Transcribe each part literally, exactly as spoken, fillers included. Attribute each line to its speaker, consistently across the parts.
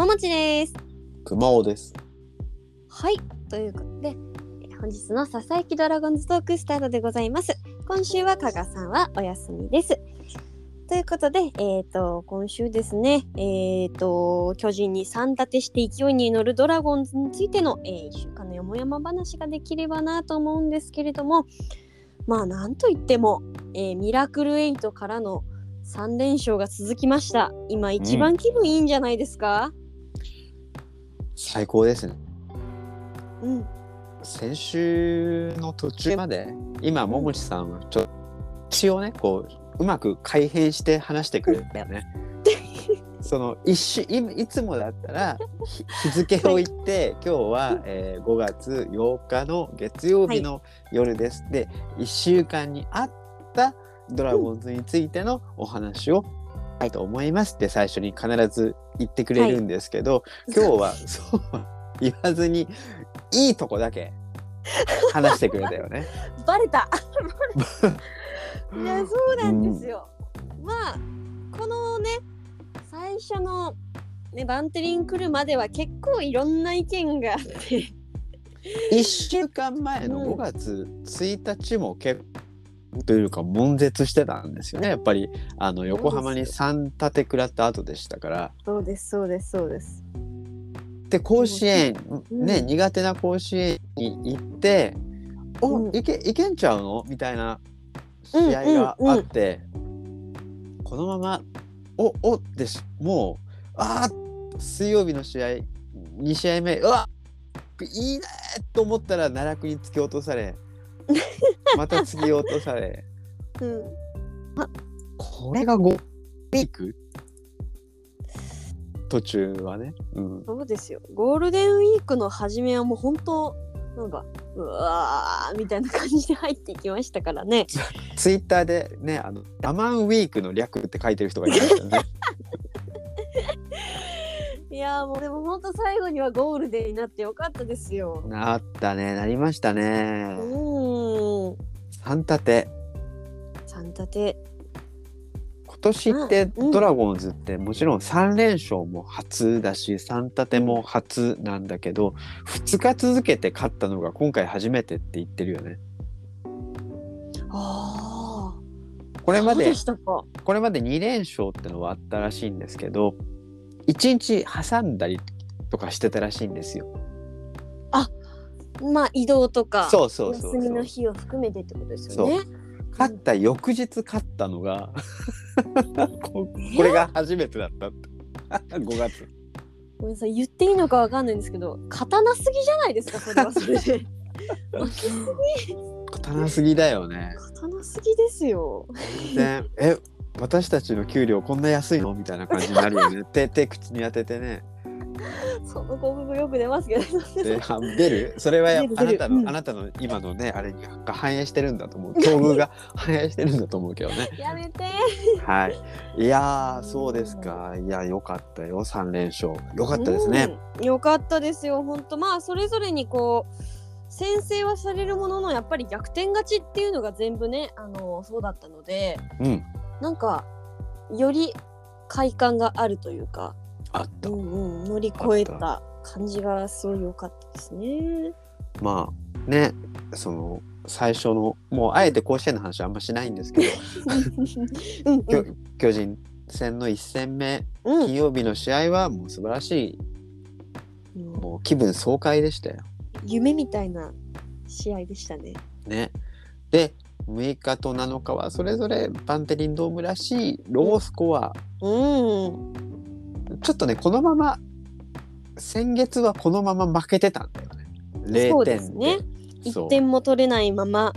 Speaker 1: ももちです。
Speaker 2: 熊尾です。
Speaker 1: はい、ということで本日のささやきドラゴンズトークスタートでございます。今週は加賀さんはお休みです。ということで、えーと、今週ですね、えーと、巨人にさん立てして勢いに乗るドラゴンズについての、えー、いっしゅうかんのよもやま話ができればなと思うんですけれども、まあなんといっても、えー、ミラクルエイトからのさん連勝が続きました。今一番気分いいんじゃないですか？うん、
Speaker 2: 最高ですね。
Speaker 1: うん。
Speaker 2: 先週の途中まで今ももちさんはちょっと一応ねこううまく改変して話してくれたよね。その一週 い, いつもだったら日付を言って、はい、今日は、えー、ごがつようかの月曜日の夜です、はい、でいっしゅうかんにあったドラゴンズについてのお話をしたいと思いますって最初に必ず言ってくれるんですけど、はい、今日はそう言わずにいいとこだけ話してくれたよね。
Speaker 1: バレた。いやそうなんですよ、うん、まあこのね最初の、ね、バンテリン来るまでは結構いろんな意見があって
Speaker 2: いっしゅうかんまえのごがつついたちも結構というか悶絶してたんですよね。やっぱりあの横浜にさん立て食らった後でしたから。
Speaker 1: そうですそうですそうです。
Speaker 2: で甲子園、
Speaker 1: うん、
Speaker 2: ね苦手な甲子園に行って、うん、おいけいけんちゃうのみたいな試合があって、うんうんうん、このままおおってもうあ水曜日の試合に試合目うわいいねと思ったら奈落に突き落とされまた突き落とされ、うん、あこれがゴールデンウィーク途中はね、うん、
Speaker 1: そうですよ。ゴールデンウィークの初めはもう本当なんかうわーみたいな感じで入っていきましたからね。
Speaker 2: ツイッターでねあのダマンウィークの略って書いてる人がいましたね。
Speaker 1: いやもうでも本当最後にはゴールデンになってよかったですよ。
Speaker 2: なったねなりましたね。うん。三立て。
Speaker 1: 三立て。
Speaker 2: 今年ってドラゴンズってもちろんさん連勝も初だしさん立ても初なんだけど、ふつか続けて勝ったのが今回初めてって言ってるよね。
Speaker 1: ああ。
Speaker 2: これまで
Speaker 1: そうでしたか。
Speaker 2: これまでに連勝ってのはあったらしいんですけどいちにち挟んだりとかしてたらしいんですよ。
Speaker 1: あ、まあ移動とか
Speaker 2: そうそうそうそう
Speaker 1: 休みの日を含めてってことですよね。
Speaker 2: 勝った翌日勝ったのがこ, これが初めてだったってごがつ。
Speaker 1: ごめんなさい言っていいのかわかんないんですけど刀すぎじゃないですかそれはそれで。負けすぎ。
Speaker 2: 刀すぎだよね。
Speaker 1: 刀すぎですよ。
Speaker 2: 全然え私たちの給料こんな安いのみたいな感じになるよね。手手口に当ててね。
Speaker 1: その広告よく出ますけど。
Speaker 2: で出るそれはあなたの、うん、あなたの今のねあれに反映してるんだと思う。境遇が反映してるんだと思うけどね。
Speaker 1: やめて。
Speaker 2: はい。いやーそうですか。いやよかったよさん連勝よかったですね。
Speaker 1: うん、よかったですよ本当。まあそれぞれにこう先制はされるもののやっぱり逆転勝ちっていうのが全部ねあのそうだったので、うん、なんかより快感があるというか
Speaker 2: あった、
Speaker 1: うんうん、乗り越えた感じがすごい良かったですね。
Speaker 2: まあねその最初のもうあえて甲子園の話はあんましないんですけどうん、うん、巨人戦のいち戦目、うん、金曜日の試合はもう素晴らしい、うん、もう気分爽快でしたよ。
Speaker 1: 夢みたいな試合でしたね。
Speaker 2: ねでむいかとなのかはそれぞれバンテリンドームらしいロースコア、うんうん、ちょっとねこのまま先月はこのまま負けてたんだよね。れいてんで
Speaker 1: そうですね。いってんも取れないまま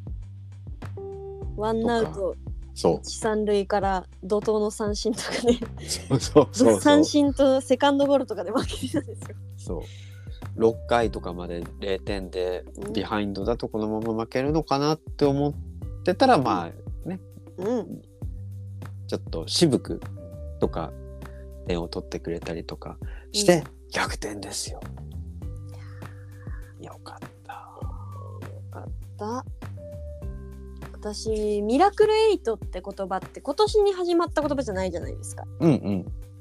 Speaker 1: ワンアウトいち、さん塁から怒涛の三振とかね。
Speaker 2: そうそうそうそう
Speaker 1: 三振とセカンドゴロとかで負けてたんですよ。
Speaker 2: そうろっかいとかまでれいてんでビハインドだとこのまま負けるのかなって思ってたらまあね、うん、ちょっと渋くとか点を取ってくれたりとかして逆転ですよ。よかった
Speaker 1: よかった。私ミラクルエイトって言葉って今年に始まった言葉じゃないじゃないですか。
Speaker 2: うんうん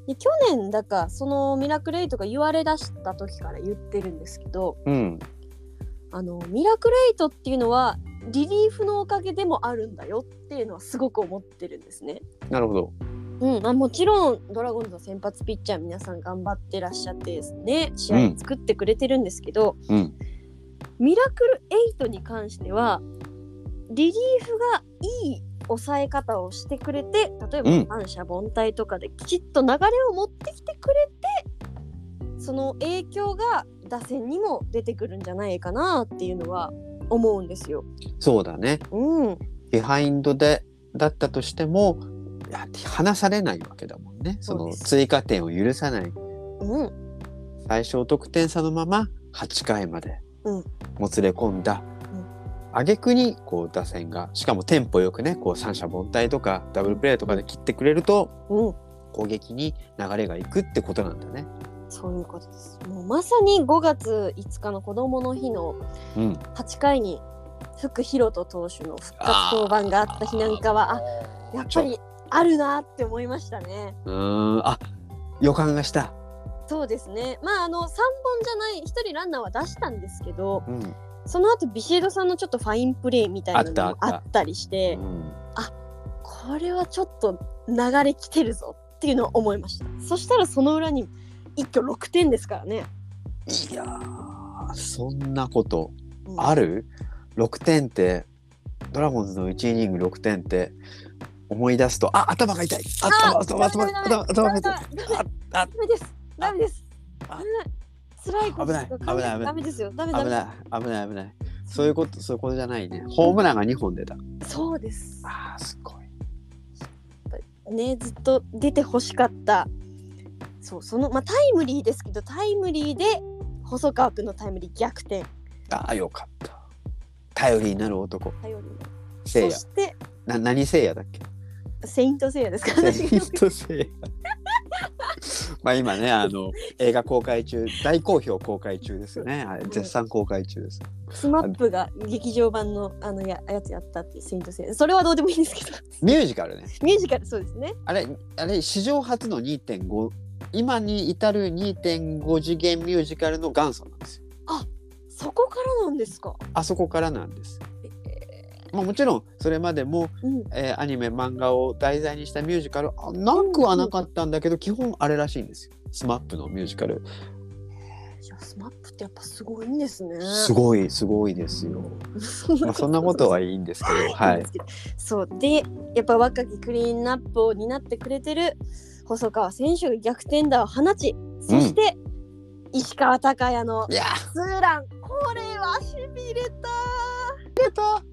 Speaker 1: で去年だかそのミラクルエイトが言われだした時から言ってるんですけど、
Speaker 2: うん、
Speaker 1: あのミラクルエイトっていうのはリリーフのおかげでもあるんだよっていうのはすごく思ってるんですね。
Speaker 2: なるほど。
Speaker 1: うんまあ、もちろんドラゴンズの先発ピッチャー皆さん頑張ってらっしゃってですね、試合作ってくれてるんですけど、
Speaker 2: うん、
Speaker 1: ミラクルエイトに関してはリリーフがいい抑え方をしてくれて、例えば三者凡退とかできちっと流れを持ってきてくれて、その影響が打線にも出てくるんじゃないかなっていうのは思うんですよ。
Speaker 2: そうだね、
Speaker 1: うん、
Speaker 2: ビハインドでだったとしてもいや離されないわけだもんね。その追加点を許さない、
Speaker 1: うん、
Speaker 2: 最小得点差のままはちかいまでもつれ込んだ、うん、挙句にこう打線がしかもテンポよくね、こう三者凡退とかダブルプレーとかで切ってくれると、うん、攻撃に流れがいくってことなんだね。
Speaker 1: そういうことです。もうまさにごがついつかの子どもの日のはちかいに福弘斗投手の復活登板があった日なんかは、あやっぱりあるなって思いましたね。
Speaker 2: うーん、あ、予感がした。
Speaker 1: そうですね。まああのさんぼんじゃないひとりランナーは出したんですけど、うん、その後ビシエドさんのちょっとファインプレーみたいなのもあったりして、あ、うん、あこれはちょっと流れ来てるぞっていうのを思いました。そしたらその裏に一挙ろくてんですからね。
Speaker 2: いやー、そんなことある、うん、ろくてんってドラゴンズのいちイニングろくてんって思い出すと、あ、頭が痛い。頭、頭、頭、頭、頭が痛い。
Speaker 1: ダメです。ダメです。辛いこと
Speaker 2: 危ない、危ない、危ない。
Speaker 1: ダメですよ。ダメ
Speaker 2: 危ない、危ない、危ない。そういうこと、そういうことじゃないね。ホームランがにほん出た。
Speaker 1: そうです。
Speaker 2: あー、すご
Speaker 1: い。ね、ずっと出てほしかった。そう、そのまあタイムリーですけど、タイムリーで細川君のタイムリー逆転。
Speaker 2: ああ、よかった。頼りになる男。
Speaker 1: 頼りになる。
Speaker 2: せいや。
Speaker 1: そして
Speaker 2: な、何せいやだっけ？
Speaker 1: セイントセイヤですか？
Speaker 2: セイントセイヤ。まあ今ね、あの映画公開中、大好評公開中ですよね。絶賛公開中です。
Speaker 1: スマップが劇場版のあの や, やつやったってセイントセイヤ。それはどうでもいいんですけど。
Speaker 2: ミュージカルね。
Speaker 1: ミュージカル、そうですね。
Speaker 2: あれあれ史上初の にてんご、今に至る にてんご 次元ミュージカルの元祖なんですよ。
Speaker 1: あ、そこからなんですか？
Speaker 2: あそこからなんです。まあ、もちろんそれまでも、うんえー、アニメ漫画を題材にしたミュージカルなくはなかったんだけど、うん、基本あれらしいんですよ、スマップのミュージカル。
Speaker 1: じゃあスマップってやっぱすごいんですね。
Speaker 2: すごいすごいですよ。まあそんなことはいいんですけど、はい。
Speaker 1: そうでやっぱ若きクリーンナップを担ってくれてる細川選手が逆転打を放ち、そして、うん、石川昂弥のツーラン、これはしびれた
Speaker 2: 出た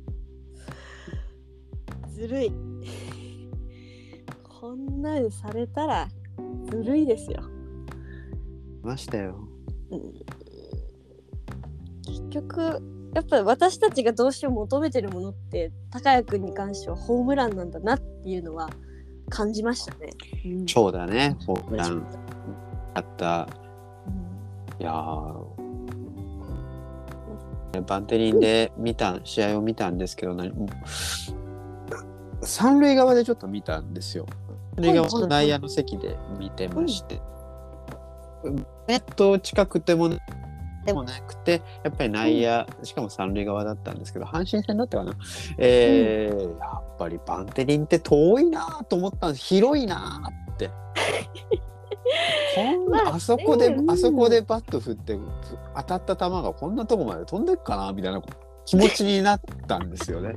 Speaker 1: ずるい。こんなにされたらずるいですよ。
Speaker 2: ましたよ、
Speaker 1: うん、結局やっぱり私たちがどうしても求めてるものって昂弥くんに関してはホームランなんだなっていうのは感じましたね。
Speaker 2: うん、そうだね、ホームランあった、うん、いやーバンテリンで見た、うん、試合を見たんですけど、何三塁側でちょっと見たんですよ。三塁側の内野の席で見てまして、ネット近くてもでもなくて、やっぱり内野、うん、しかも三塁側だったんですけど、阪神戦だったかな、えーうん、やっぱりバンテリンって遠いなと思ったんです。広いなってこんな、まあ、あそこで、うん、あそこでバット振って当たった球がこんなとこまで飛んでっかなみたいな気持ちになったんですよね。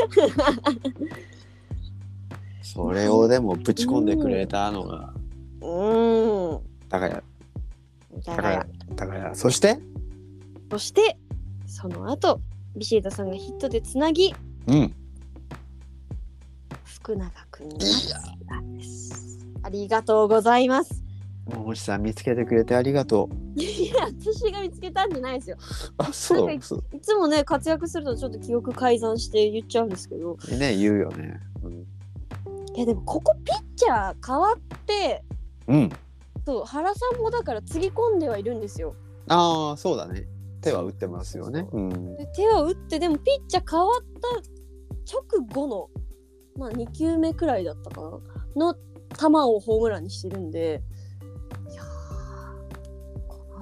Speaker 2: それをでもぶち込んでくれたのが
Speaker 1: うん
Speaker 2: 昂弥昂弥昂弥そして
Speaker 1: そしてその後ビシエドさんがヒットでつなぎ、
Speaker 2: うん、
Speaker 1: 福永くんになったんです。ありがとうございます。
Speaker 2: もしさん見つけてくれてありがとう。
Speaker 1: いや私が見つけたんじゃないですよ。
Speaker 2: あ、そう。
Speaker 1: い, いつもね活躍するとちょっと記憶改ざんして言っちゃうんですけど
Speaker 2: ね、言うよね、うん、
Speaker 1: いやでもここピッチャー変わって、
Speaker 2: うん、
Speaker 1: そう原さんもだからつぎ込んではいるんですよ。
Speaker 2: ああそうだね、手は打ってますよね。うん、
Speaker 1: で手は打ってでもピッチャー変わった直後のまあにきゅうめくらいだったかなの球をホームランにしてるんで、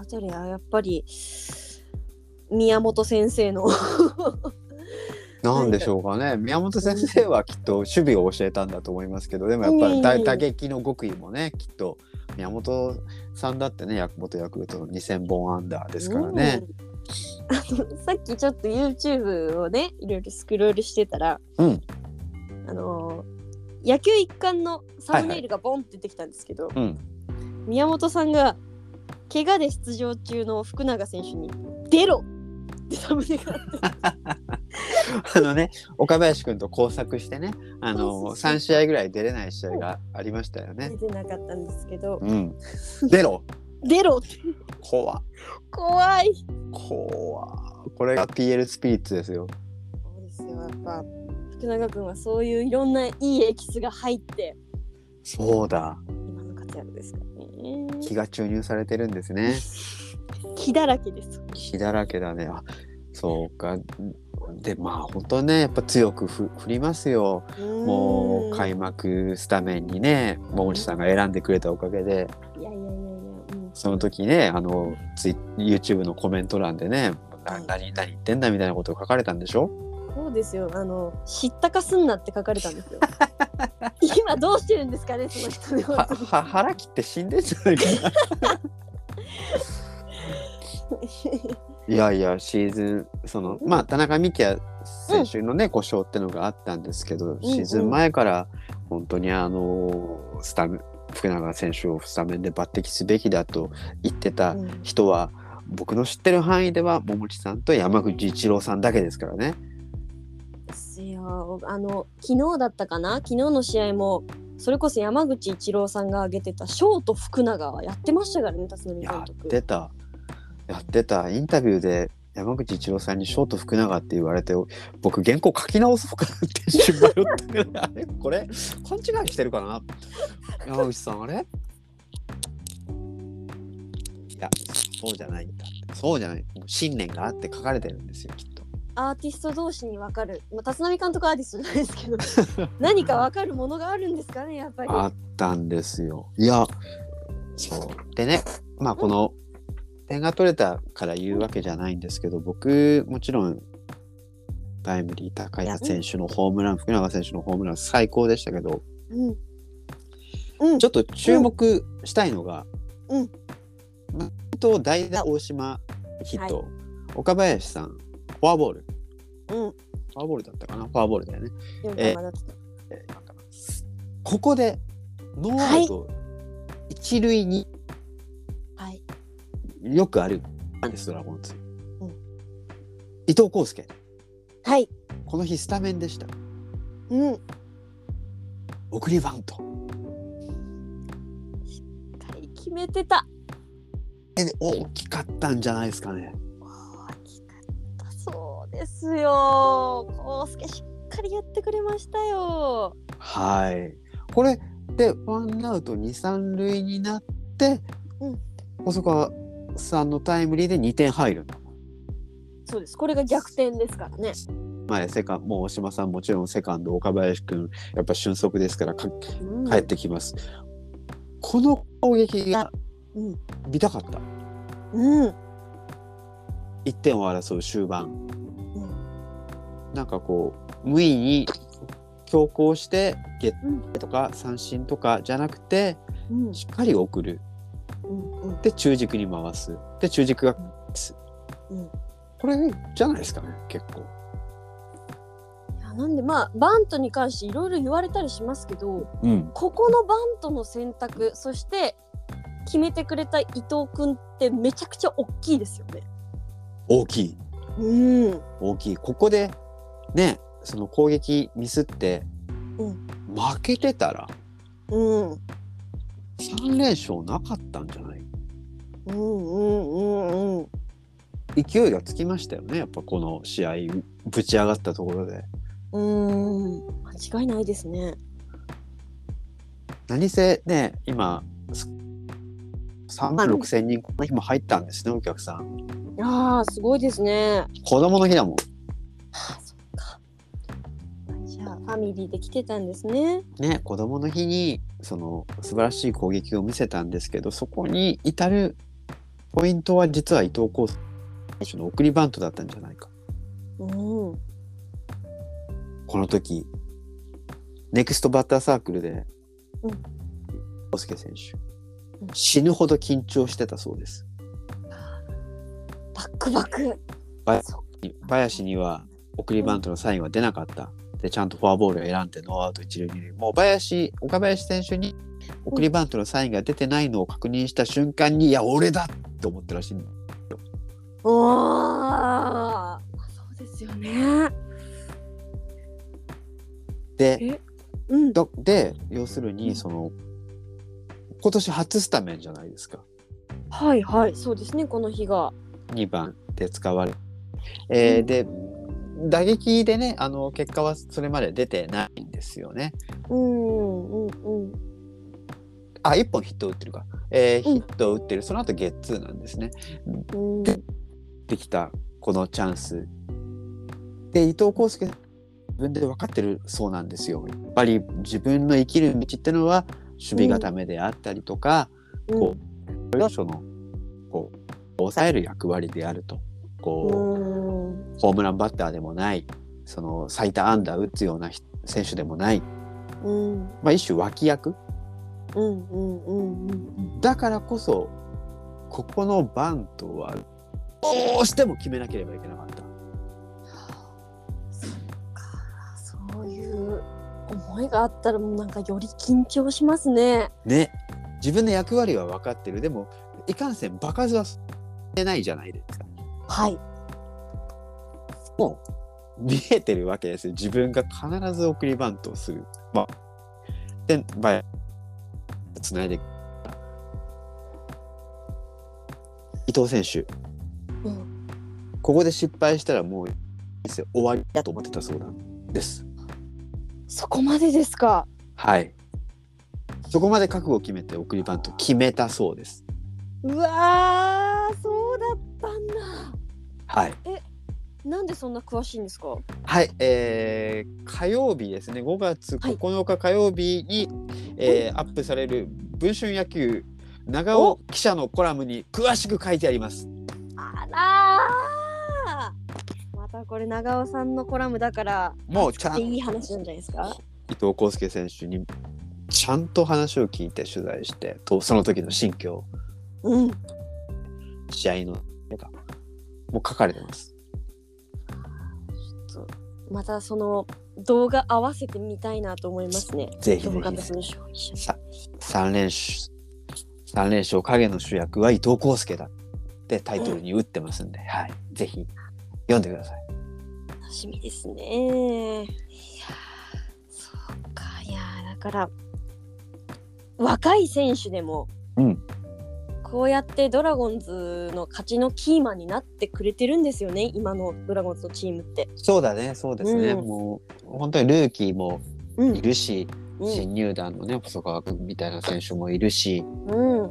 Speaker 1: したらやっぱり宮本先生の
Speaker 2: なんでしょうかね。宮本先生はきっと守備を教えたんだと思いますけど、でもやっぱり打打撃の極意もね、きっと宮本さんだってね、元ヤクルトのにせんぼん安打ですからね。
Speaker 1: あのさっきちょっと YouTube をねいろいろスクロールしてたら、
Speaker 2: うん、
Speaker 1: あの野球一貫のサムネイルがボンって出てきたんですけど、
Speaker 2: はいはい、うん、
Speaker 1: 宮本さんが怪我で出場中の福永選手に出ろってサムネがあって
Speaker 2: あのね、岡林くんと交錯してね、あのさん試合ぐらい出れない試合がありましたよね。
Speaker 1: 出てなかったんですけど、
Speaker 2: うん、出ろ
Speaker 1: 出ろって
Speaker 2: 怖
Speaker 1: 怖い
Speaker 2: 怖これが ピーエル スピリッツですよ。
Speaker 1: そうですよ、やっぱ福永くんはそういういろんないいエキスが入って
Speaker 2: そうだ、
Speaker 1: 今の活躍ですからね。
Speaker 2: 気が注入されてるんですね。
Speaker 1: 気だらけです。
Speaker 2: 気だらけだね。あ、そうか。でまあ本当ねやっぱ強くふ振りますよ。もう開幕スタメンにね桃地さんが選んでくれたおかげで、
Speaker 1: いやいやいやいや、うん、
Speaker 2: その時ねあのツイ YouTube のコメント欄でね、な何何言ってんだみたいなことを書かれたんでしょ。
Speaker 1: そうですよ、あの知ったかすんなって書かれたんですよ今どうしてるんですかねその人ね。
Speaker 2: はは腹切って死んでんじゃないかないやいやシーズンその、うん、まあ田中幹也選手のね、うん、故障ってのがあったんですけど、うん、シーズン前から本当にあのスタメン福永選手をスタメンで抜擢すべきだと言ってた人は、うん、僕の知ってる範囲では桃地さんと山口一郎さんだけですからね。
Speaker 1: ですよ、あの昨日だったかな、昨日の試合もそれこそ山口一郎さんが挙げてたショート福永はやってましたからね、辰徳監督。
Speaker 2: やってたやってたインタビューで山口一郎さんにショート福永って言われて、僕原稿書き直そうかなって一瞬迷ったけどあれこれ勘違いしてるかな山口さんあれいやそうじゃないんだ、そうじゃない、信念があって書かれてるんですよきっと。
Speaker 1: アーティスト同士に分かる、まあ、立浪監督はアーティストじゃないですけど何か分かるものがあるんですかねやっぱり。
Speaker 2: あったんですよ。いやそうでね、まあこの、うん点が取れたから言うわけじゃないんですけど、僕もちろんタイムリー高谷選手のホームラン、福永選手のホームラン最高でしたけど、うんうん、ちょっと注目したいのが、うん、と代打大島ヒット、はい、岡林さんフォアボール、うん、フォアボールだったかな、フォアボールだよね。えーえー、ここでノーアウト一塁に、はい、よくあるんですドラゴンズ、うん、伊藤康介、
Speaker 1: はい、
Speaker 2: この日スタメンでした。
Speaker 1: うん、
Speaker 2: 送りバント
Speaker 1: しっかり決めてた。
Speaker 2: え大きかったんじゃないですかね。
Speaker 1: 大きかった、そうですよ、康介しっかりやってくれましたよ。
Speaker 2: はい、これでワンアウトに、三塁になって、うん、細川さんのタイムリーでにてん入るんだ。
Speaker 1: そうです、これが逆転ですからね。
Speaker 2: 前セカもう大島さんもちろんセカンド岡林くんやっぱ俊足ですからか、うん、帰ってきます。この攻撃が見たかった、うん、いってんを争う終盤、うん、なんかこう無意に強行してゲットとか三振とかじゃなくて、うん、しっかり送る、うんうん、で中軸に回す、で中軸が、うんうん、これじゃないですかね結構。
Speaker 1: いやなんでまあバントに関していろいろ言われたりしますけど、うん、ここのバントの選択、そして決めてくれた伊藤君ってめちゃくちゃ大きいですよね。
Speaker 2: 大きい、うん、大きい。ここでねその攻撃ミスって、うん、負けてたら、うん、さん連勝なかったんじゃない？うんうんうんうん。勢いがつきましたよねやっぱこの試合ぶち上がったところで。
Speaker 1: うーん間違いないですね。
Speaker 2: 何せね今さんまんろくせんにんこの日も入ったんですねお客さん。
Speaker 1: いやーすごいですね。
Speaker 2: 子供の日だもん。
Speaker 1: はあそっか。じゃあファミリーで来てたんですね。
Speaker 2: ね子供の日にその素晴らしい攻撃を見せたんですけど、そこに至るポイントは実は伊藤康介選手の送りバントだったんじゃないか。
Speaker 1: うん、
Speaker 2: この時ネクストバッターサークルで、
Speaker 1: うん、
Speaker 2: 康介選手、
Speaker 1: うん、
Speaker 2: 死ぬほど緊張してたそうです。
Speaker 1: バックバック。
Speaker 2: 林には送りバントのサインは出なかった。でちゃんとフォアボールを選んでノーアウト一塁二塁。もう林岡林選手に送りバントのサインが出てないのを確認した瞬間に、うん、いや俺だと思ったらしいんだよ。
Speaker 1: おー、そうですよね。
Speaker 2: で、
Speaker 1: うん、
Speaker 2: で要するにその今年初スタメンじゃないですか。
Speaker 1: はいはい、そうですね。この日が
Speaker 2: にばんで使われ、えーうん、で打撃でね、あの結果はそれまで出てないんですよね。
Speaker 1: うんうんうん。
Speaker 2: あ、いっぽんヒット打ってるか、えー、ヒットを打ってる、その後ゲッツーなんですね。うん、でできたこのチャンスで伊藤康介自分で分かってるそうなんですよ。やっぱり自分の生きる道ってのは守備固めであったりとか、うん、こう要所のこう抑える役割であると。こう、うん、ホームランバッターでもない、その最多安打打つような選手でもない、うん、まあ一種脇役、うんうんうんうん、だからこそここのバントはどうしても決めなければいけなかった。
Speaker 1: そっか、そういう思いがあったらもうなんかより緊張しますね。
Speaker 2: ね、自分の役割は分かってる。でもいかんせん場数はしてないじゃないですか。
Speaker 1: はい。
Speaker 2: もう見えてるわけですよ。自分が必ず送りバントをする。まあ、で、バイつないで伊藤選手、うん、ここで失敗したらもう終わりだと思ってたそうなんです。
Speaker 1: そこまでですか。
Speaker 2: はい。そこまで覚悟を決めて送りバント決めたそうです。
Speaker 1: うわー、そうだったんだ。
Speaker 2: はい。
Speaker 1: え、なんでそんな詳しいんですか。
Speaker 2: はい、えー、火曜日ですね、ごがつここのか火曜日に、はい、えー、アップされる文春野球長尾記者のコラムに詳しく書いてあります。
Speaker 1: あらー、またこれ長尾さんのコラムだからもうちゃんといい話なんじゃないですか。
Speaker 2: 伊藤康介選手にちゃんと話を聞いて取材してと、その時の心境、うん、試合のもう書かれてます。
Speaker 1: ちょっとまたその動画合わせてみたいなと思いますね。
Speaker 2: ぜひぜひ。ささん連勝さん連勝影の主役は伊藤康介だってタイトルに打ってますんで、うん、はい、ぜひ読んでください。
Speaker 1: 楽しみですね。いや、そうか。いやだから若い選手でも、うん、こうやってドラゴンズの勝ちのキーマンになってくれてるんですよね、今のドラゴンズのチームって。
Speaker 2: そうだね、そうですね、うん、もう本当にルーキーもいるし、うん、新入団のね細川君みたいな選手もいるし、うん、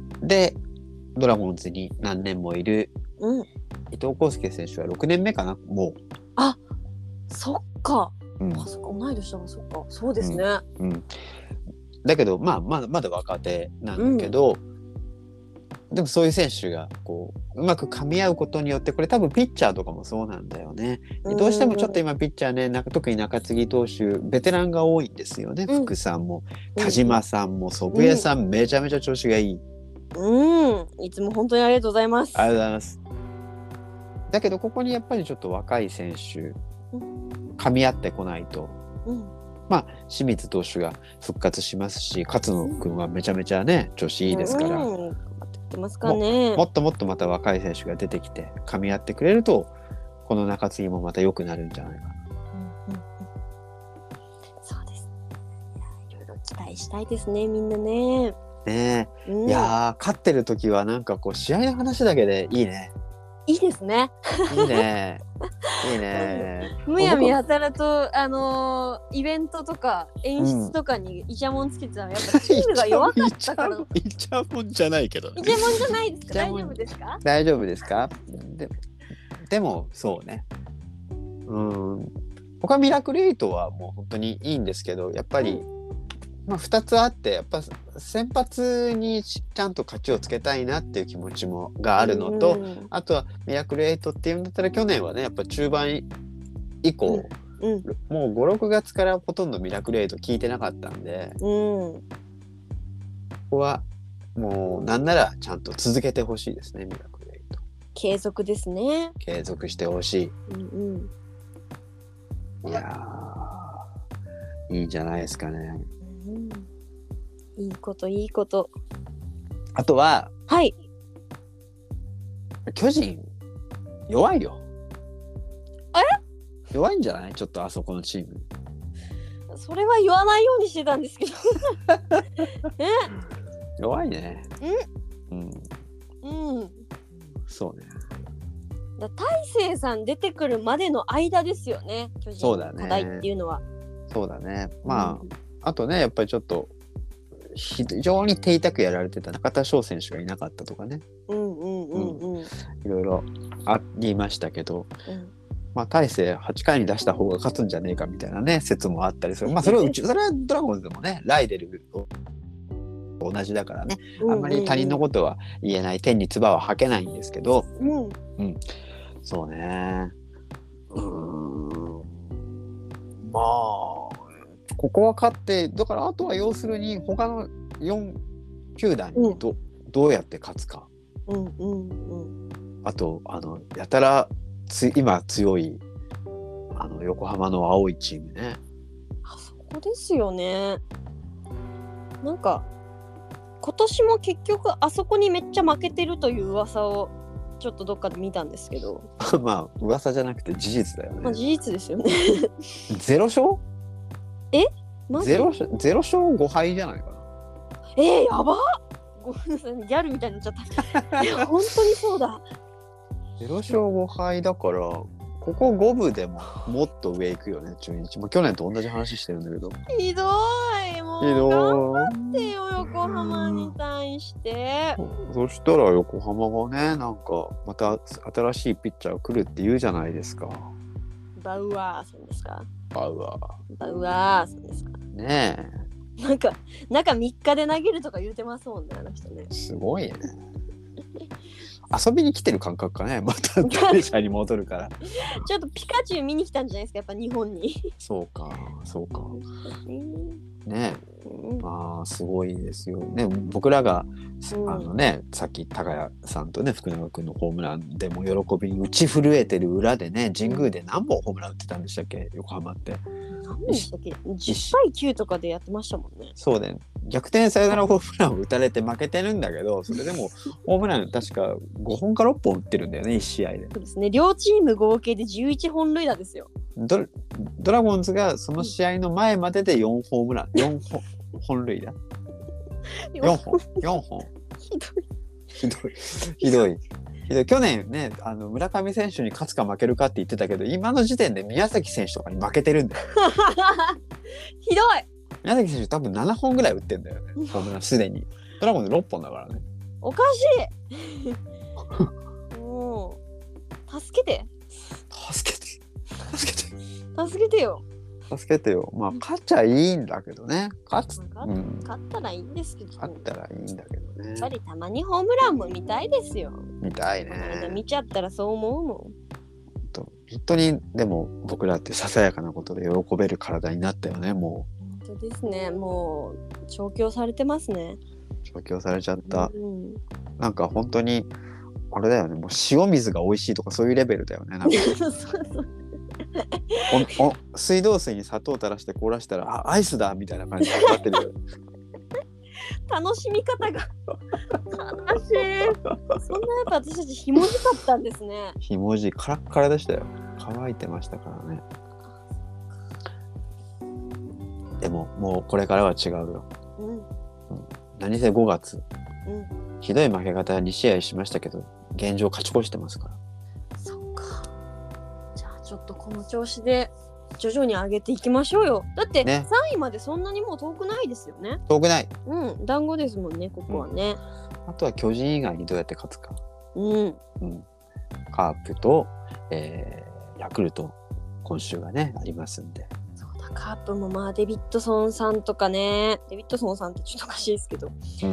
Speaker 2: でドラゴンズに何年もいる、うん、伊藤康介選手はろくねんめかな、もう。
Speaker 1: あ、そっか、うん、あ、そっか、同い年だから、そっか、そうですね、うんうん、
Speaker 2: だけど、まあ、まだまだ若手なんだけど、うん、でもそういう選手がこううまく噛み合うことによって、これ多分ピッチャーとかもそうなんだよね。どうしてもちょっと今ピッチャーね、特に中継ぎ投手ベテランが多いんですよね、うん、福さんも田島さんも祖父江さん、うん、めちゃめちゃ調子がいい。
Speaker 1: うん、いつも本当にありがとうございます。
Speaker 2: ありがとうございます。だけどここにやっぱりちょっと若い選手、うん、噛み合ってこないと、うん、まあ清水投手が復活しますし、勝野君はめちゃめちゃね調子いいですから、うん、
Speaker 1: てますかね、
Speaker 2: も, もっともっとまた若い選手が出てきて噛み合ってくれると、この中継ぎもまた良くなるんじゃないかな、うんうんうん、
Speaker 1: そうです。いや、いろいろ期待したいですね、みんなね。
Speaker 2: ねえ、うん、いや勝ってる時はなんかこう試合の話だけでいいね。
Speaker 1: いいですね。
Speaker 2: いいね。いいね。
Speaker 1: むやみやたらと、あのー、イベントとか演出とかにイチャモンつけてたら、やっぱチームが弱かったから。
Speaker 2: イチャモンじゃないけどね。
Speaker 1: イチャモンじゃないですか。大丈夫ですか。
Speaker 2: 大丈夫ですか。で, でもそうね。うん。他ミラクルエイトはもう本当にいいんですけど、やっぱりまあ、ふたつあってやっぱ先発にちゃんと勝ちをつけたいなっていう気持ちもがあるのと、
Speaker 1: うん、
Speaker 2: あとはミラクルエイトっていうんだったら去年はねやっぱ中盤以降、
Speaker 1: うん、
Speaker 2: もうご、ろくがつからほとんどミラクルエイト聞いてなかったんで、
Speaker 1: うん、
Speaker 2: ここはもうなんならちゃんと続けてほしいですね。ミラクルエイト
Speaker 1: 継続ですね。
Speaker 2: 継続してほし
Speaker 1: うんうん、
Speaker 2: い。いやーいいんじゃないですかね。
Speaker 1: うん、いいこといいこと。
Speaker 2: あとは
Speaker 1: はい
Speaker 2: 巨人弱いよ。
Speaker 1: あれ
Speaker 2: 弱いんじゃない？ちょっとあそこのチーム。
Speaker 1: それは言わないようにしてたんですけどえ
Speaker 2: 弱いね。うん。
Speaker 1: うん、
Speaker 2: そうね。
Speaker 1: だ大勢さん出てくるまでの間ですよね。巨人の課題っていうのは。
Speaker 2: そうだね。まあ、
Speaker 1: うん、
Speaker 2: あとねやっぱりちょっと非常に手痛くやられてた中田翔選手がいなかったとかね。
Speaker 1: うんうんうんうん。
Speaker 2: いろいろありましたけど。
Speaker 1: うん、
Speaker 2: まあ、大勢はちかいに出した方が勝つんじゃねえかみたいなね説もあったりする。まあそれはうちそれはドラゴンズでもねライデルと同じだからね、あんまり他人のことは言えない、天に唾は吐けないんですけど、
Speaker 1: うん
Speaker 2: うん、そうね。うーん、まあここは勝ってだからあとは要するに他のよん球団に ど,、うん、どうやって勝つか、
Speaker 1: うんうんうん、
Speaker 2: あとあのやたらつ今強いあの横浜の青いチームね。
Speaker 1: あそこですよね。なんか今年も結局あそこにめっちゃ負けてるという噂をちょっとどっかで見たんですけど
Speaker 2: まあ噂じゃなくて事実だよね。
Speaker 1: まあ事実ですよね
Speaker 2: ゼロ勝？
Speaker 1: えマジ
Speaker 2: ゼロゼロ勝ご敗じゃないかな。
Speaker 1: えー、やばっごめんなさいギャルみたいになっちゃったいや本当にそうだ。
Speaker 2: ゼロ勝ご敗だからここごぶでももっと上行くよね中日。も去年と同じ話してるんだけど。
Speaker 1: ひどいもう頑張ってよ横浜に対して。
Speaker 2: そしたら横浜がねなんかまた新しいピッチャー来るって言うじゃないですか。
Speaker 1: バウアーさんですか？
Speaker 2: バウアー
Speaker 1: バウアーさんですか
Speaker 2: ね
Speaker 1: え。なんか中みっかで投げるとか言うてますもんねあの人ね。
Speaker 2: すごいね遊びに来てる感覚かね。また電車に戻るから
Speaker 1: ちょっとピカチュウ見に来たんじゃないですかやっぱ日本に。
Speaker 2: そうかそうか
Speaker 1: ね
Speaker 2: ね
Speaker 1: え、うん、
Speaker 2: まあすごいですよね。僕らが、
Speaker 1: うん、
Speaker 2: あのねさっき高谷さんとね福永君のホームランでも喜びに打ち震えてる裏でね神宮で何本ホームラン打ってたんでしたっけ横浜って。
Speaker 1: 何でしたっけじゅったいきゅうとかでやってましたもんね。
Speaker 2: そうだよ、ね、逆転サヨナラホームランを打たれて負けてるんだけどそれでもホームラン確かごほんかろっぽん打ってるんだよねいち試合で。
Speaker 1: そうですね両チーム合計でじゅういちほん塁打ですよ。
Speaker 2: ド, ドラゴンズがその試合の前まででよんホームランよん本塁打よんほんよんほん
Speaker 1: ひどい
Speaker 2: ひどいひどいひどい。去年ねあの村上選手に勝つか負けるかって言ってたけど今の時点で宮崎選手とかに負けてるんだよ
Speaker 1: ひどい。
Speaker 2: 宮崎選手多分ななほんぐらい打ってんだよねホームランすでに。ドラゴンズろっぽんだからね。
Speaker 1: おかしいもう助けて
Speaker 2: 助けて助けて
Speaker 1: 助けてよ
Speaker 2: 助けてよ。まあ勝っちゃいいんだけどね。勝つ、
Speaker 1: まあ
Speaker 2: うん、
Speaker 1: 勝ったらいいんですけど、
Speaker 2: 勝ったらいいんだけどね。
Speaker 1: やっぱりたまにホームランも見たいですよ。
Speaker 2: 見たい
Speaker 1: この間
Speaker 2: ね。
Speaker 1: 見ちゃったらそう思うもん。
Speaker 2: 本当にでも僕らってささやかなことで喜べる体になったよね。も
Speaker 1: う本当ですね。もう調教されてますね。
Speaker 2: 調教されちゃった、
Speaker 1: うん、
Speaker 2: なんか本当にあれだよね。もう塩水が美味しいとかそういうレベルだよね。なんか
Speaker 1: そうそう
Speaker 2: おお水道水に砂糖垂らして凍らしたらあアイスだみたいな感じになってるよ
Speaker 1: 楽しみ方が悲しい。そんなやっぱ私たちひもじかったんですね。
Speaker 2: ひもじいカラッカラでしたよ。乾いてましたからね。でももうこれからは違うよ、
Speaker 1: うんうん、
Speaker 2: 何せごがつ、
Speaker 1: うん、
Speaker 2: ひどい負け方に試合しましたけど現状勝ち越してますから。
Speaker 1: そっか。じゃあちょっとこの調子で徐々に上げていきましょうよ。だって
Speaker 2: ね
Speaker 1: さんいまでそんなにもう遠くないですよね。
Speaker 2: 遠くない。
Speaker 1: うん団子ですもんねここはね、
Speaker 2: うん、あとは巨人以外にどうやって勝つか。
Speaker 1: うん、
Speaker 2: うん、カープと、えー、ヤクルト今週がねありますんで。
Speaker 1: そうだカープもまあデビッドソンさんとかね、デビッドソンさんってちょっとおかしいですけど、
Speaker 2: うん、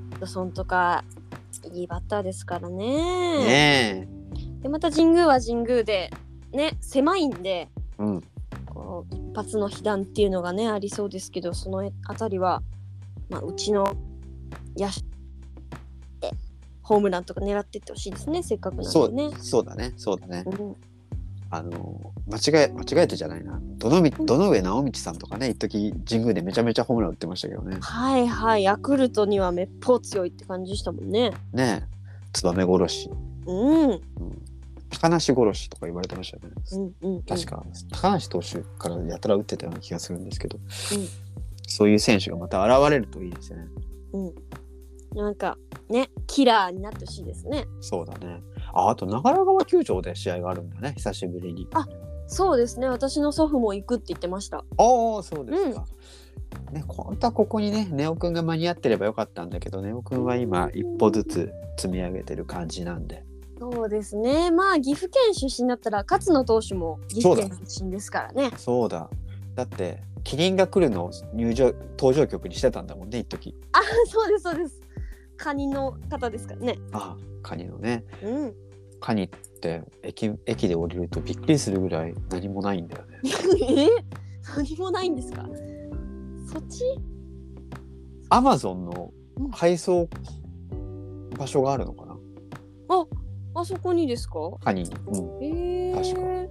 Speaker 1: デビッドソンとかいいバッターですからね。
Speaker 2: ね
Speaker 1: でまた神宮は神宮でね狭いんで、
Speaker 2: え、うん、
Speaker 1: こう一発の被弾っていうのがねありそうですけど、そのあたりは、まあ、うちの野手でホームランとか狙ってってほしいですね、せっかくなん
Speaker 2: そう
Speaker 1: でね。
Speaker 2: そうだねそうだね、
Speaker 1: うん、
Speaker 2: あの間違え間違えてじゃないな、どのみどの上直道さんとかね一時神宮でめちゃめちゃホームラン打ってましたけどね。
Speaker 1: はいはい、ヤクルトにはめっぽう強いって感じでしたもんね。
Speaker 2: ねえ、ツバメ殺し、
Speaker 1: うん、うん
Speaker 2: 高梨殺しとか言われてましたよね、
Speaker 1: うんうん、
Speaker 2: 確か高梨投手からやたら打ってたような気がするんですけど、
Speaker 1: うん、
Speaker 2: そういう選手がまた現れるといいですよね。
Speaker 1: うん、なんかねキラーになってほしいですね。
Speaker 2: そうだね。あ、あと長良川球場で試合があるんだね、久しぶりに。
Speaker 1: あ、そうですね、私の祖父も行くって言ってました。
Speaker 2: ああ、そうですか、うんね、本当はここにねネオくんが間に合ってればよかったんだけど、ネオくんは今一歩ずつ積み上げてる感じなんで。
Speaker 1: そうですね、まあ岐阜県出身だったら勝野投手も岐阜県出身ですからね。
Speaker 2: そうだ、だってキリンが来るのを入場登場曲にしてたんだもんね一時。
Speaker 1: あ、そうですそうです、カニの方ですからね。
Speaker 2: ああ、カニのね、
Speaker 1: うん、
Speaker 2: カニって駅駅で降りるとびっくりするぐらい何もないんだよね。
Speaker 1: え何もないんですか、そっち。
Speaker 2: アマゾンの配送場所があるのかな、
Speaker 1: あ、あそこにですか。
Speaker 2: カニに、うん、
Speaker 1: えー、
Speaker 2: 確か。
Speaker 1: そうなんだ。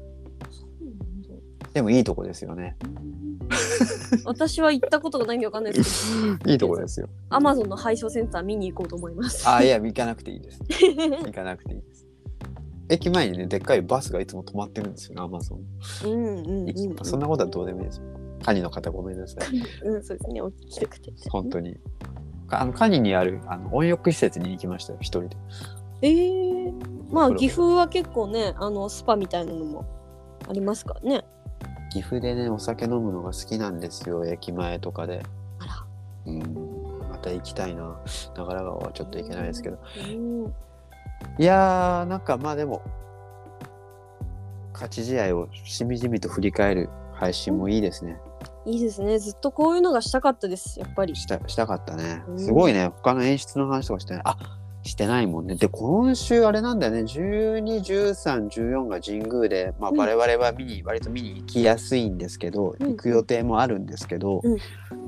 Speaker 2: でもいいとこですよね。
Speaker 1: 私は行ったことがないんでわかんないですけど
Speaker 2: いいとこですよ。
Speaker 1: アマゾンの配送センター見に行こうと思います。
Speaker 2: あ、いや行かなくていいです。行かなくていいです。駅前にねでっかいバスがいつも止まってるんですよね、アマゾン。
Speaker 1: うんうんうん、うん、
Speaker 2: そんなことはどうでもいいですよ。カニの方ごめんなさい。
Speaker 1: うん、そうですね、お聞きたくて。
Speaker 2: 本当に。あのカニにあるあの温浴施設に行きましたよ、一人で。
Speaker 1: えー、まあ岐阜は結構ね、あのスパみたいなのもありますからね。
Speaker 2: 岐阜でねお酒飲むのが好きなんですよ、駅前とかで。
Speaker 1: あら、
Speaker 2: うん、また行きたいな。長良川はちょっと行けないですけど、
Speaker 1: うん、
Speaker 2: いやーなんかまあでも勝ち試合をしみじみと振り返る配信もいいですね。
Speaker 1: いいですね、ずっとこういうのがしたかったです、やっぱり。
Speaker 2: したしたかったね、
Speaker 1: うん、
Speaker 2: すごいね。他の演出の話とかしてない、あ、してないもんね。で今週あれなんだよね、じゅうに、じゅうさん、じゅうよんが神宮で、まあ、我々は見に、うん、割と見に行きやすいんですけど、うん、行く予定もあるんですけど、うん、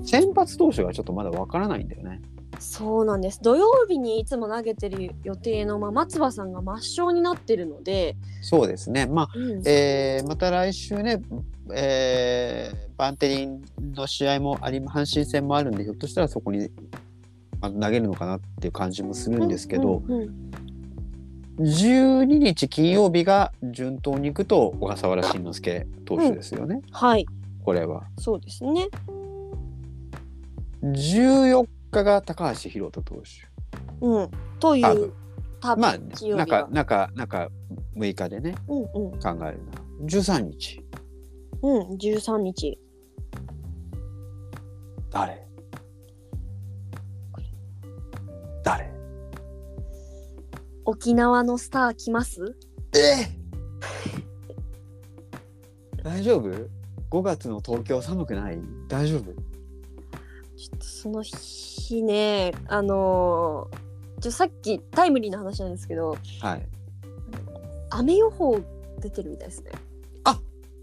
Speaker 2: 先発投手がちょっとまだわからないんだよね。
Speaker 1: そうなんです。土曜日にいつも投げてる予定の、まあ、松葉さんが抹消になってるので。そう
Speaker 2: ですね、まあ、うん、えー、また来週ね、えー、バンテリンの試合もあり、阪神戦もあるんで、ひょっとしたらそこに投げるのかなっていう感じもするんですけど、うんうんうん、じゅうににち金曜日が順当にいくと小笠原慎之介投手ですよね、うん、
Speaker 1: はい、こ
Speaker 2: れは
Speaker 1: そうですね。
Speaker 2: じゅうよっかが高橋宏斗投手、
Speaker 1: うん、という
Speaker 2: 多分まあ、ね、中, 中, 中むいかでね、うんうん、考えるならじゅうさんにち、
Speaker 1: うん、じゅうさんにち
Speaker 2: 誰誰
Speaker 1: 沖縄のスター来ます？
Speaker 2: え大丈夫？ごがつの東京寒くない？大丈夫？
Speaker 1: ちょっとその日ね、あのー、ちょさっきタイムリーな話なんですけど、
Speaker 2: はい、
Speaker 1: 雨予報出てるみたいですね。
Speaker 2: あ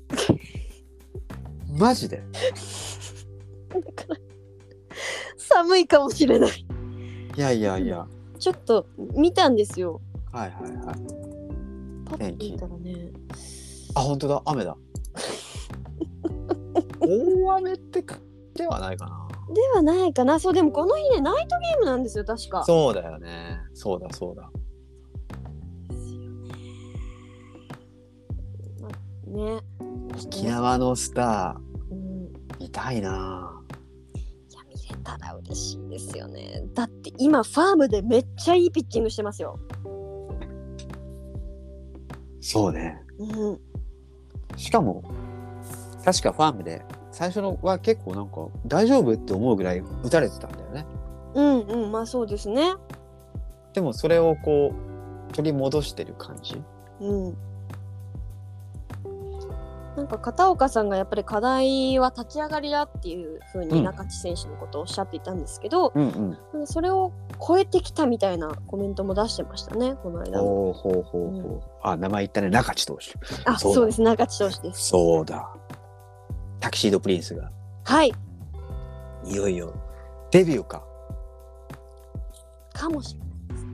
Speaker 2: マジで
Speaker 1: だから寒いかもしれない。
Speaker 2: いやいやいや、
Speaker 1: ちょっと見たんですよ。
Speaker 2: はいはいはい。
Speaker 1: パッと見たらね、
Speaker 2: あ、本当だ、雨だ。大雨ってかではないかな。
Speaker 1: ではないかな。そう、でもこの日ねナイトゲームなんですよ確か。
Speaker 2: そうだよね。そうだそうだ。
Speaker 1: ね。
Speaker 2: 沖縄のスター、うん、見たいな。
Speaker 1: いや見れたら嬉しいですよね。だって今ファームでめっちゃいいピッチングしてますよ。
Speaker 2: そうね。
Speaker 1: うん。
Speaker 2: しかも確かファームで最初のは結構なんか大丈夫って思うぐらい打たれてたんだよね。
Speaker 1: うんうん、まあそうですね。
Speaker 2: でもそれをこう取り戻してる感じ。
Speaker 1: うん。 なんか片岡さんがやっぱり課題は立ち上がりだっていう風に中地選手のことをおっしゃっていたんですけど、
Speaker 2: うんうん、
Speaker 1: なんかそれを超えてきたみたいなコメントも出してましたね、この間。
Speaker 2: ほうほうほうほう、うん、あ、名前言ったね、中地投手。
Speaker 1: あ、そう、そうです、中地投手です。
Speaker 2: そうだ、タキシードプリンスが、
Speaker 1: はい、
Speaker 2: いよいよデビューか
Speaker 1: かもしれない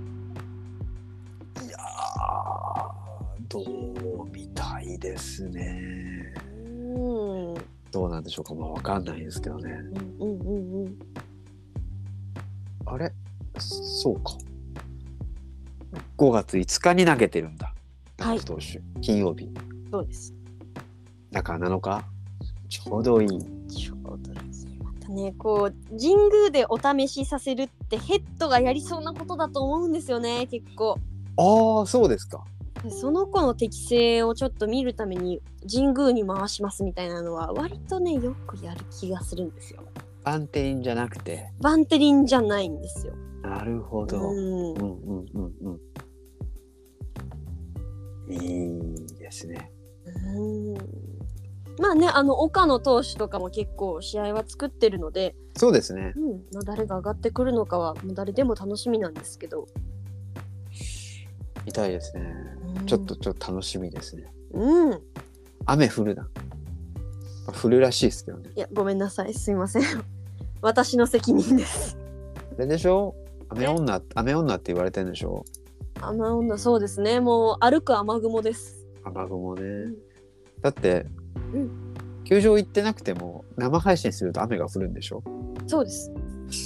Speaker 1: です。
Speaker 2: いやー、どうみたいですね。うん、どうなんでしょうか、まあ分かんないですけどね。
Speaker 1: うんうんうんうん。
Speaker 2: あれ、そうか、ごがついつかに投げてるんだ、中地投手、金曜日。
Speaker 1: そうです。
Speaker 2: だからなのか、ちょうどいい。
Speaker 1: ちょうどいい。またね、こう神宮でお試しさせるってヘッドがやりそうなことだと思うんですよね、結構。
Speaker 2: ああ、そうですか。
Speaker 1: その子の適性をちょっと見るために神宮に回しますみたいなのは割とね、よくやる気がするんですよ。
Speaker 2: バンテリンじゃなくて。
Speaker 1: バンテリンじゃないんですよ。
Speaker 2: なるほど。うんうんうんうんうん。いいですね。
Speaker 1: うん。まあね、あの岡野投手とかも結構試合は作ってるので。
Speaker 2: そうですね。
Speaker 1: うん。まあ、誰が上がってくるのかはもう誰でも楽しみなんですけど。
Speaker 2: 見たいですね。うん、ちょっとちょっと楽しみですね。
Speaker 1: うん。
Speaker 2: 雨降るな。降るらしいですけどね。
Speaker 1: いや、ごめんなさい、すいません。私の責任です。
Speaker 2: あれでしょ、雨女、雨女って言われてるんでしょ。
Speaker 1: 雨女、そうですね。もう歩く雨雲です。
Speaker 2: 雨雲ね。
Speaker 1: うん、
Speaker 2: だって、うん、球場行ってなくても生配信すると雨が降るんでしょ。
Speaker 1: そうです。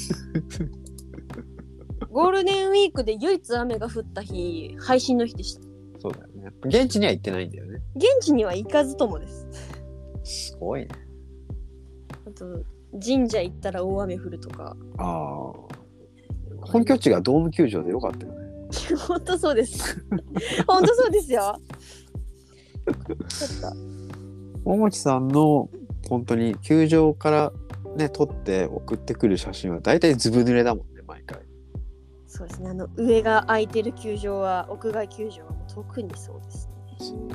Speaker 1: ゴールデンウィークで唯一雨が降った日、配信の日でした。
Speaker 2: そうだよね。現地には行ってないんだよね。
Speaker 1: 現地には行かずともです。
Speaker 2: すごいね。
Speaker 1: あと神社行ったら大雨降るとか。
Speaker 2: ああ。本拠地がドーム球場でよかったよね。
Speaker 1: 本当そうです。本当そうですよ。ちょっと。
Speaker 2: 桃地さんの本当に球場からね撮って送ってくる写真はだいたいずぶ濡れだもんね、毎回。
Speaker 1: そうですね。あの上が空いてる球場は、屋外球場はもう特にそうですね。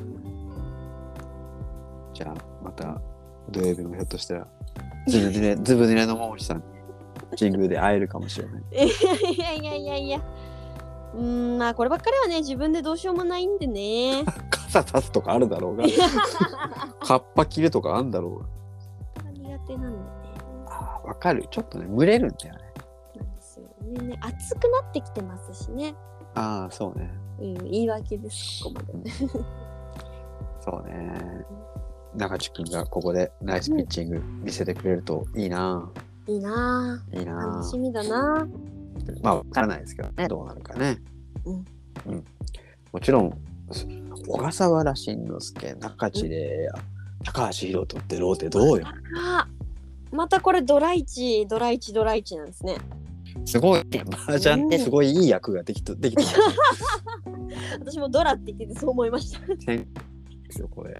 Speaker 2: じゃあまた土曜日もひょっとしたらずぶ濡れずぶ濡れの桃地さんに神宮で会えるかもしれない。
Speaker 1: いやいやいやいや。うーん、まあこればっかりはね、自分でどうしようもないんでね。
Speaker 2: 傘差すとかあるだろうが、カッパ着るとかあるんだろうが。
Speaker 1: 苦手なんでね。
Speaker 2: ああ、わかる。ちょっとね、蒸れるんだよね。
Speaker 1: なんですよね。ね、暑くなってきてますしね。
Speaker 2: ああ、そうね。
Speaker 1: うん、言い訳です、ここまで。
Speaker 2: そうね。中地君がここでナイスピッチング見せてくれるといいな。
Speaker 1: いいな。
Speaker 2: いいな。
Speaker 1: 楽しみだな。
Speaker 2: まあわからないですけどね、どうなるかね。
Speaker 1: うん。
Speaker 2: うん、もちろん小笠原慎之介、中地で、うん、高橋宏斗ってローテどうよ。
Speaker 1: あ、またこれドライチドライチドライチなんですね。
Speaker 2: すごいマージャンってすごいいい役ができとできてます、ね。
Speaker 1: 私もドラって言っててそう思いました。
Speaker 2: ですよこれ。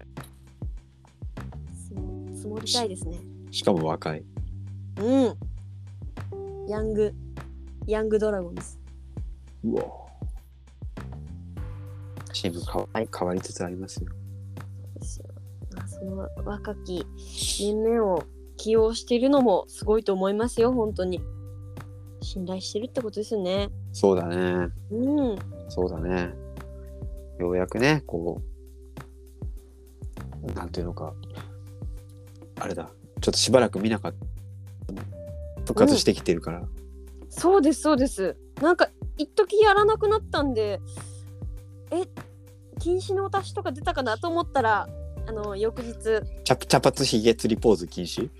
Speaker 1: 積もりたいですね。
Speaker 2: しかも若い。
Speaker 1: うん。ヤングヤングドラゴンズ。
Speaker 2: うわ。チーム変わり、変わりつつありますよ。
Speaker 1: そうですよ。まあ、その若き面々を起用しているのもすごいと思いますよ、本当に。信頼してるってことですよね。
Speaker 2: そうだね。
Speaker 1: うん。そう
Speaker 2: だね。ようやくね、こう、なんていうのか、あれだ、ちょっとしばらく見なかった。復活してきてるから。うん、
Speaker 1: そうです、そうです。なんか、一時やらなくなったんで、え、禁止のお達しとか出たかなと思ったら、あの翌日
Speaker 2: 茶髪ひげ釣りポーズ禁止。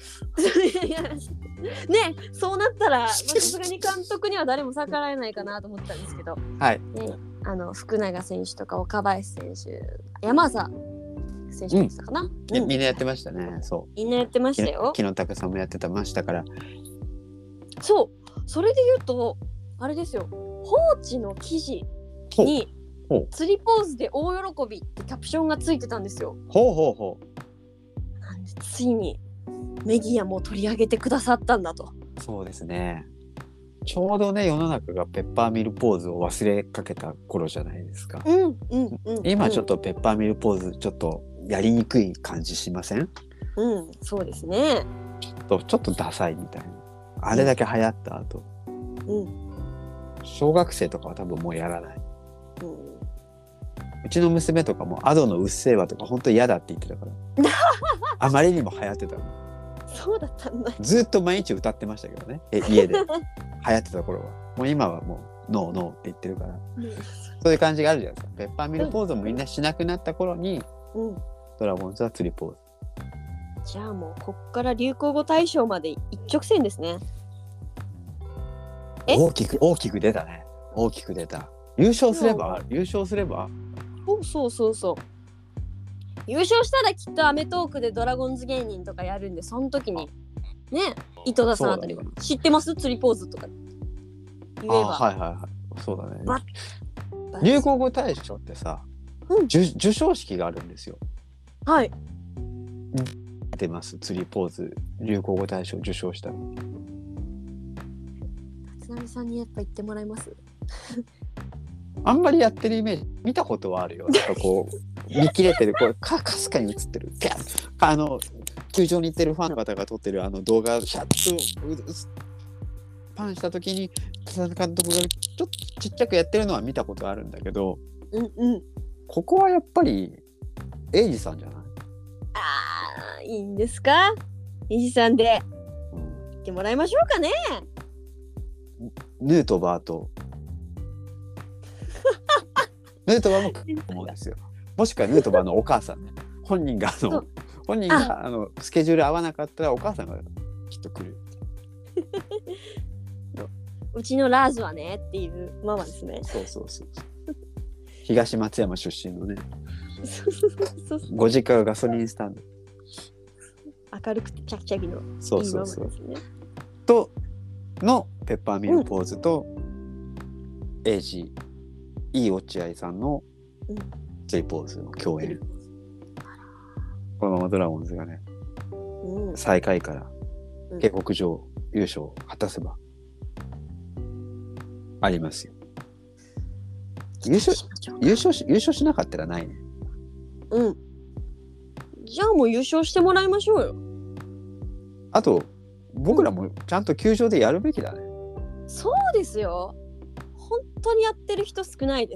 Speaker 1: ね、そうなったらさすがに監督には誰も逆らえないかなと思ったんですけど、
Speaker 2: はい、
Speaker 1: ね、あの福永選手とか岡林選手、山浅選手でしたかな、
Speaker 2: うんうん、みんなやってましたね。そう、
Speaker 1: みんなやってましたよ。
Speaker 2: 木野拓さんもやってたましたから。
Speaker 1: そう、それで言うとあれですよ、放置の記事に釣りポーズで大喜びってキャプションがついてたんですよ。
Speaker 2: ほうほうほ
Speaker 1: う。なんでついにメディアも取り上げてくださったんだと。
Speaker 2: そうですね。ちょうどね、世の中がペッパーミルポーズを忘れかけた頃じゃないですか。
Speaker 1: うんうんうん、うん。
Speaker 2: 今ちょっとペッパーミルポーズちょっとやりにくい感じしません？
Speaker 1: うん、そうですね。
Speaker 2: ちょっとちょっとダサいみたいな。あれだけ流行った後、
Speaker 1: うん、
Speaker 2: 小学生とかは多分もうやらない。
Speaker 1: うん、
Speaker 2: うちの娘とかもアドのうっせぇわとか本当嫌だって言ってたからあまりにも流行ってたの。
Speaker 1: そうだったんだ。
Speaker 2: ずっと毎日歌ってましたけどね、え家で流行ってた頃は。もう今はもうノーノーって言ってるから、うん、そういう感じがあるじゃないですか。ペッパーミルポーズもみんなしなくなった頃に、うん、ドラゴンズは釣りポーズ。
Speaker 1: じゃあもうこっから流行語大賞まで一直線ですね。
Speaker 2: 大きく大きく出たね。大きく出た。優勝すれば優勝すれば
Speaker 1: そうそうそうそう。優勝したらきっとアメトークでドラゴンズ芸人とかやるんで、その時にね、井戸田さんあたりが、ね、知ってます釣りポーズとか言えば。
Speaker 2: あ、はいはいはい、そうだね。流行語大賞ってさ、うん、授賞式があるんですよ。
Speaker 1: はい。
Speaker 2: 出ます釣りポーズ流行語大賞受賞したの。
Speaker 1: 立浪さんにやっぱ言ってもらいます
Speaker 2: あんまりやってるイメージ見たことはあるよ。なんかこう見切れてる、こうかかすかに映ってる、ピャッ、あの球場に行ってるファンの方が撮ってるあの動画シャッとパンした時に立浪監督がちょっとちっちゃくやってるのは見たことあるんだけど、
Speaker 1: うんうん、
Speaker 2: ここはやっぱりエイジさんじゃない？
Speaker 1: あー、いいんですか？エイジさんで言ってもらいましょうかね。
Speaker 2: ヌートバーとヌートバーも来ると思うんですよ。もしくはヌートバーのお母さんね。本人があの本人があのスケジュール合わなかったらお母さんがきっと来る。
Speaker 1: うちのラーズはねっていうママですね。
Speaker 2: そうそうそう。東松山出身のね。ご実家がガソリンスタンド。
Speaker 1: 明るくてチャキチャキのいいママですね。そうそうそう。
Speaker 2: とのペッパーミルポーズと、うん、エイジいい落合さんの釣りポーズの共演、うん、このままドラゴンズがね、うん、最下位から下克上優勝を果たせばありますよ。優勝優勝し優勝しなかったらないね。
Speaker 1: うん。じゃあもう優勝してもらいましょうよ。
Speaker 2: あと僕らもちゃんと球場でやるべきだね。
Speaker 1: うん、そうですよ。本当にやってる人少ないです。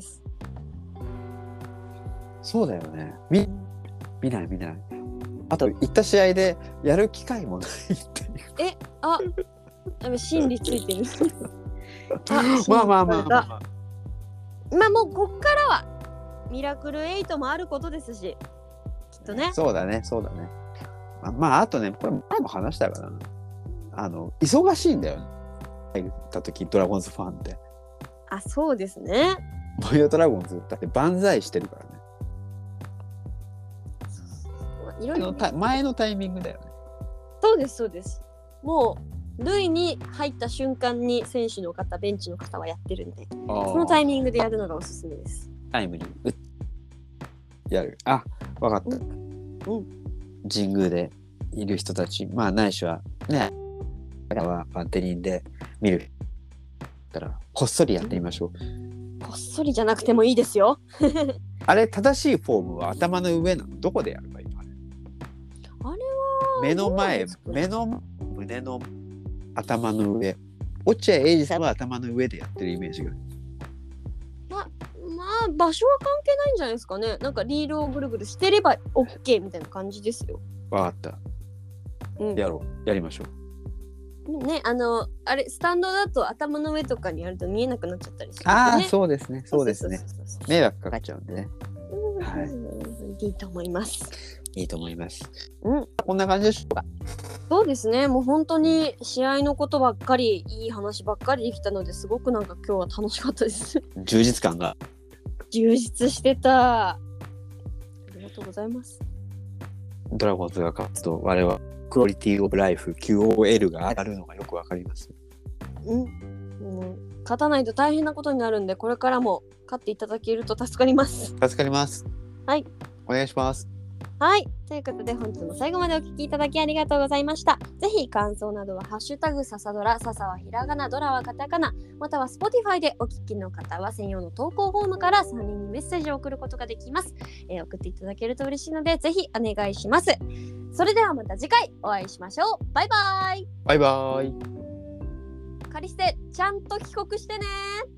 Speaker 2: そうだよね。見見ない見ない。あと行った試合でやる機会もないっていう。
Speaker 1: え、あ、心理ついてる。
Speaker 2: あ、まあまあまあまあ。
Speaker 1: まあもうこっからはミラクルエイトもあることですし、きっとね。
Speaker 2: そうだね、そうだね。まあ、まあ、あとね、これ前も話したからな。あの忙しいんだよね。入った時ドラゴンズファンって。
Speaker 1: あ、そうですね。
Speaker 2: モヨドラゴンズだって万歳してるからね。いろいろ前のタイミングだよね。
Speaker 1: そうですそうです。もう塁に入った瞬間に選手の方、ベンチの方はやってるんで、そのタイミングでやるのがおすすめです。
Speaker 2: タイムリーやる。あ、分かった。うん。うん、神宮でいる人たち、まあないしはね、はバンテリンで見るから、こっそりやってみましょう。
Speaker 1: こっそりじゃなくてもいいですよ。
Speaker 2: あれ正しいフォームは頭の上なの？どこでやればいいの？あれ。
Speaker 1: あれは
Speaker 2: 目の前、目の胸の頭の上。落合エイジさんは頭の上でやってるイメージが。
Speaker 1: ま、まあ場所は関係ないんじゃないですかね。なんかリールをぐるぐるしてれば OK みたいな感じですよ。
Speaker 2: わかった。うん、やろう。やりましょう。
Speaker 1: ね、あのあれスタンドだと頭の上とかにあると見えなくなっちゃったりする、ね、
Speaker 2: ああ、そうですね、そうですね。迷惑かかっちゃうんでね。
Speaker 1: うん、はい、いいと思います。
Speaker 2: いいと思います。
Speaker 1: うん、
Speaker 2: こんな感じでしょうか。
Speaker 1: そうですね。もう本当に試合のことばっかり、いい話ばっかりできたので、すごくなんか今日は楽しかったです。
Speaker 2: 充実感が。
Speaker 1: 充実してた。ありがとうございます。
Speaker 2: ドラゴンズが勝つと我々クオリティオブライフ キューオーエル が上がるのがよくわかります。
Speaker 1: うん。もう勝たないと大変なことになるんで、これからも勝っていただけると助かります。
Speaker 2: 助かります。
Speaker 1: はい。
Speaker 2: お願いします。
Speaker 1: はい。ということで本日も最後までお聞きいただきありがとうございました。ぜひ感想などはハッシュタグささドラ、ささはひらがな、ドラはカタカナ、または Spotify でお聞きの方は専用の投稿フォームからさんにんにメッセージを送ることができます。えー送っていただけると嬉しいのでぜひお願いします。それではまた次回お会いしましょう。バイバイ。
Speaker 2: バイバイ。
Speaker 1: カリステちゃんと帰国してね。